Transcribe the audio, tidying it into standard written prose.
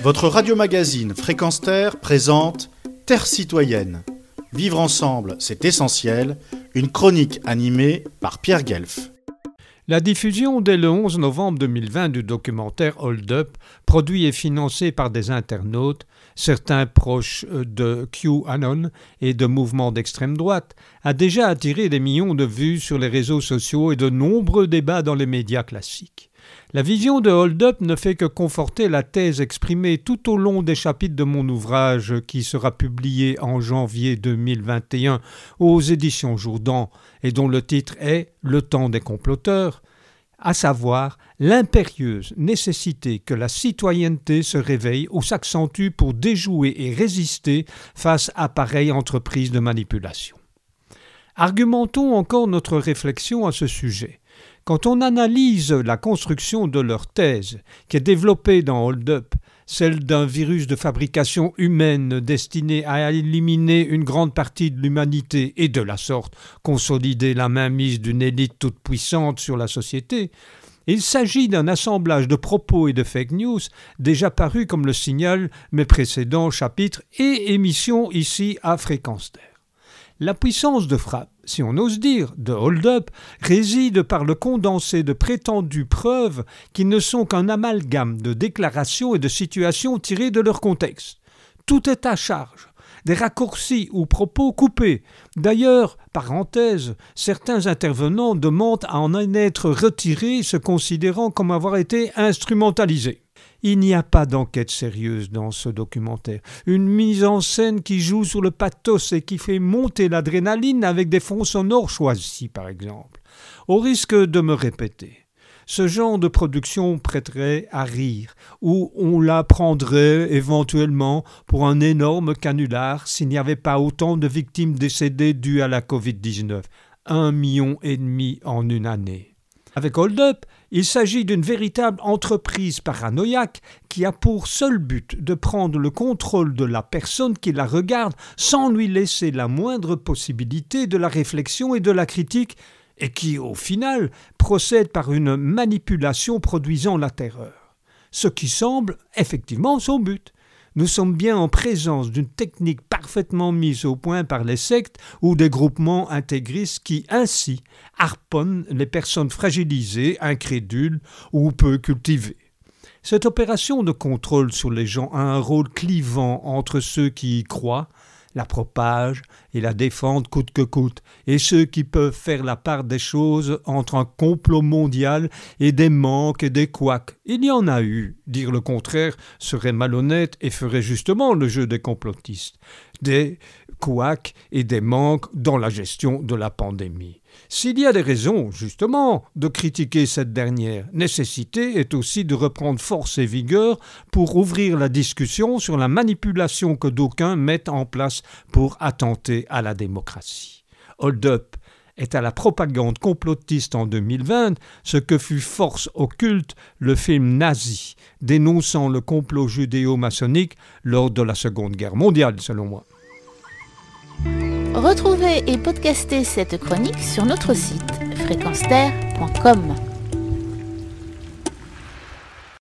Votre radio-magazine Fréquence Terre présente Terre citoyenne. Vivre ensemble, c'est essentiel. Une chronique animée par Pierre Guelf. La diffusion dès le 11 novembre 2020 du documentaire Hold Up, produit et financé par des internautes, certains proches de QAnon et de mouvements d'extrême droite, a déjà attiré des millions de vues sur les réseaux sociaux et de nombreux débats dans les médias classiques. La vision de Hold Up ne fait que conforter la thèse exprimée tout au long des chapitres de mon ouvrage qui sera publié en janvier 2021 aux éditions Jourdan et dont le titre est « Le temps des comploteurs », à savoir l'impérieuse nécessité que la citoyenneté se réveille ou s'accentue pour déjouer et résister face à pareille entreprise de manipulation. Argumentons encore notre réflexion à ce sujet. Quand on analyse la construction de leur thèse, qui est développée dans Hold Up, celle d'un virus de fabrication humaine destiné à éliminer une grande partie de l'humanité et de la sorte consolider la mainmise d'une élite toute puissante sur la société, il s'agit d'un assemblage de propos et de fake news déjà parus comme le signalent mes précédents chapitres et émissions ici à Fréquence Terre. La puissance de frappe, si on ose dire, de Hold Up réside par le condensé de prétendues preuves qui ne sont qu'un amalgame de déclarations et de situations tirées de leur contexte. Tout est à charge, des raccourcis ou propos coupés. D'ailleurs, parenthèse, certains intervenants demandent à en être retirés, se considérant comme avoir été instrumentalisés. Il n'y a pas d'enquête sérieuse dans ce documentaire. Une mise en scène qui joue sur le pathos et qui fait monter l'adrénaline avec des fonds sonores choisis, par exemple. Au risque de me répéter, ce genre de production prêterait à rire, ou on la prendrait éventuellement pour un énorme canular s'il n'y avait pas autant de victimes décédées dues à la Covid-19. 1,5 million en une année. Avec Hold Up, il s'agit d'une véritable entreprise paranoïaque qui a pour seul but de prendre le contrôle de la personne qui la regarde sans lui laisser la moindre possibilité de la réflexion et de la critique et qui, au final, procède par une manipulation produisant la terreur. Ce qui semble effectivement son but. Nous sommes bien en présence d'une technique parfaitement mise au point par les sectes ou des groupements intégristes qui, ainsi, harponnent les personnes fragilisées, incrédules ou peu cultivées. Cette opération de contrôle sur les gens a un rôle clivant entre ceux qui y croient, la propagent et la défendent coûte que coûte, et ceux qui peuvent faire la part des choses entre un complot mondial et des manques et des couacs. Il y en a eu. Dire le contraire serait malhonnête et ferait justement le jeu des complotistes. Des couacs et des manques dans la gestion de la pandémie. S'il y a des raisons, justement, de critiquer cette dernière, nécessité est aussi de reprendre force et vigueur pour ouvrir la discussion sur la manipulation que d'aucuns mettent en place pour attenter à la démocratie. Hold Up est à la propagande complotiste en 2020 ce que fut Force occulte, le film nazi, dénonçant le complot judéo-maçonnique lors de la Seconde Guerre mondiale, selon moi. Retrouvez et podcastez cette chronique sur notre site fréquenceterre.com.